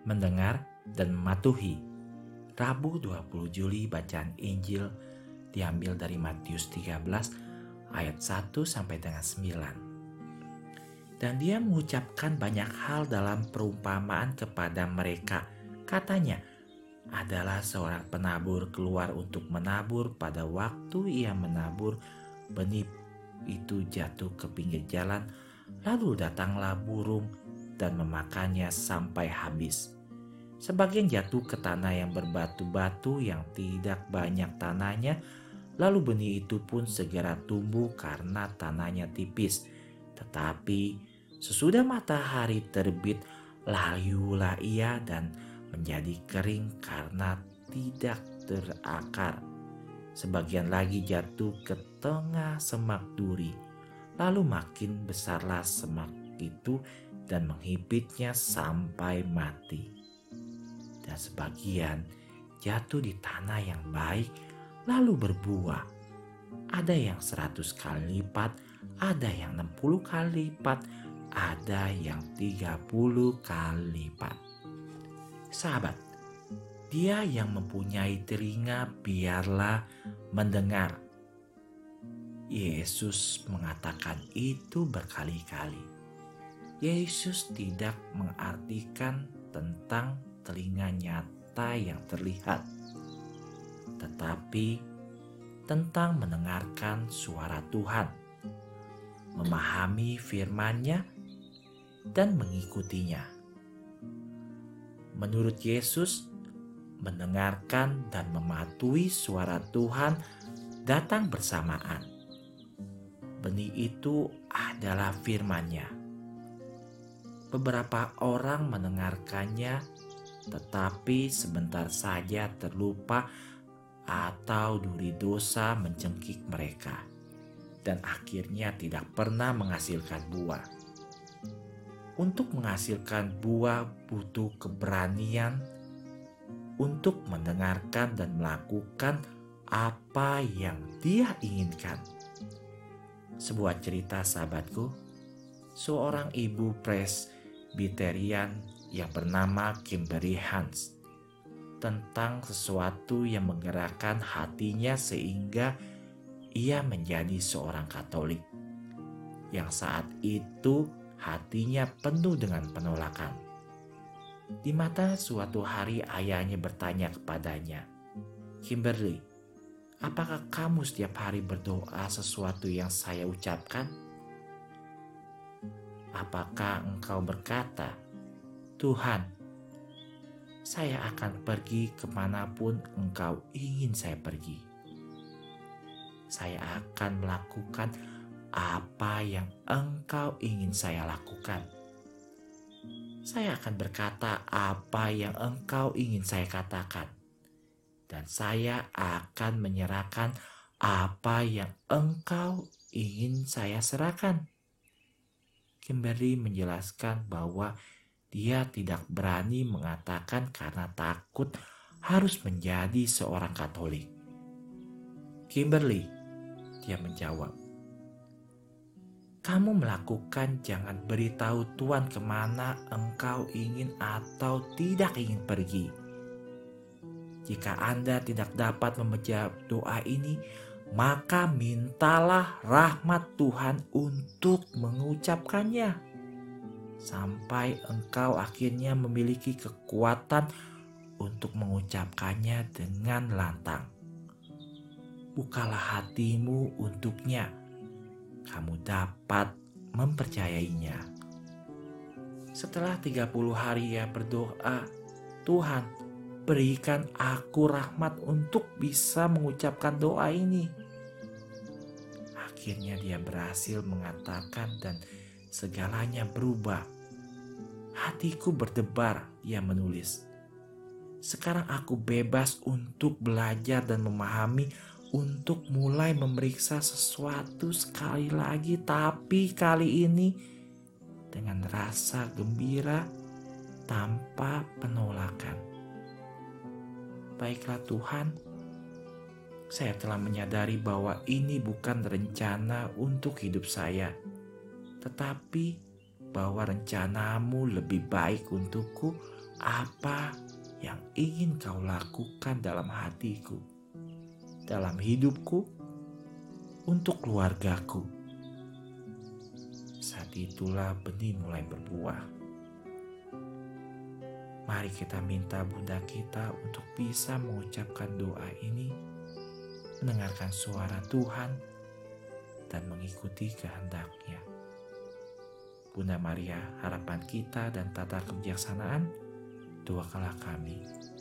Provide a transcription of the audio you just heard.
mendengar dan mematuhi. Rabu 20 Juli bacaan Injil diambil dari Matius 13 ayat 1 sampai dengan 9. Dan dia mengucapkan banyak hal dalam perumpamaan kepada mereka. Katanya, adalah seorang penabur keluar untuk menabur. Pada waktu ia menabur, benih itu jatuh ke pinggir jalan, lalu datanglah burung dan memakannya sampai habis. Sebagian jatuh ke tanah yang berbatu-batu yang tidak banyak tanahnya, lalu benih itu pun segera tumbuh karena tanahnya tipis. Tetapi sesudah matahari terbit, layulah ia dan menjadi kering karena tidak terakar. Sebagian lagi jatuh ke tengah semak duri, lalu makin besarlah semak itu dan menghipitnya sampai mati. Dan sebagian jatuh di tanah yang baik, lalu berbuah. Ada yang 100 kali lipat, ada yang 60 kali lipat, ada yang 30 kali lipat. Sahabat, dia yang mempunyai telinga biarlah mendengar. Yesus mengatakan itu berkali-kali. Yesus tidak mengartikan tentang telinga nyata yang terlihat, tetapi tentang mendengarkan suara Tuhan, memahami firman-Nya, dan mengikutinya. Menurut Yesus, mendengarkan dan mematuhi suara Tuhan datang bersamaan. Benih itu adalah firman-Nya. Beberapa orang mendengarkannya, tetapi sebentar saja terlupa atau duri dosa mencengkik mereka, dan akhirnya tidak pernah menghasilkan buah. Untuk menghasilkan buah butuh keberanian untuk mendengarkan dan melakukan apa yang Dia inginkan. Sebuah cerita, sahabatku, seorang ibu Presbyterian yang bernama Kimberly Hans, tentang sesuatu yang menggerakkan hatinya sehingga ia menjadi seorang Katolik, yang saat itu hatinya penuh dengan penolakan. Di mata suatu hari ayahnya bertanya kepadanya, "Kimberly, apakah kamu setiap hari berdoa sesuatu yang saya ucapkan? Apakah engkau berkata, 'Tuhan, saya akan pergi kemanapun engkau ingin saya pergi. Saya akan melakukan apa yang engkau ingin saya lakukan. Saya akan berkata apa yang engkau ingin saya katakan. Dan saya akan menyerahkan apa yang engkau ingin saya serahkan.'" Kimberly menjelaskan bahwa dia tidak berani mengatakan karena takut harus menjadi seorang Katolik. "Kimberly," dia menjawab, "kamu melakukan jangan beritahu Tuhan kemana engkau ingin atau tidak ingin pergi. Jika Anda tidak dapat menjawab doa ini, maka mintalah rahmat Tuhan untuk mengucapkannya, sampai engkau akhirnya memiliki kekuatan untuk mengucapkannya dengan lantang. Bukalah hatimu untuknya, kamu dapat mempercayainya." Setelah 30 hari ia berdoa, "Tuhan, berikan aku rahmat untuk bisa mengucapkan doa ini." Akhirnya dia berhasil mengatakan dan segalanya berubah. "Hatiku berdebar," dia menulis. "Sekarang aku bebas untuk belajar dan memahami, untuk mulai memeriksa sesuatu sekali lagi, tapi kali ini dengan rasa gembira tanpa penolakan. Baiklah Tuhan, saya telah menyadari bahwa ini bukan rencana untuk hidup saya, tetapi bahwa rencanamu lebih baik untukku, apa yang ingin kau lakukan dalam hatiku, dalam hidupku, untuk keluargaku. Saat itulah benih mulai berbuah. Mari kita minta Bunda kita untuk bisa mengucapkan doa ini, mendengarkan suara Tuhan, dan mengikuti kehendak-Nya. Bunda Maria, harapan kita dan tata kebijaksanaan, doakanlah kami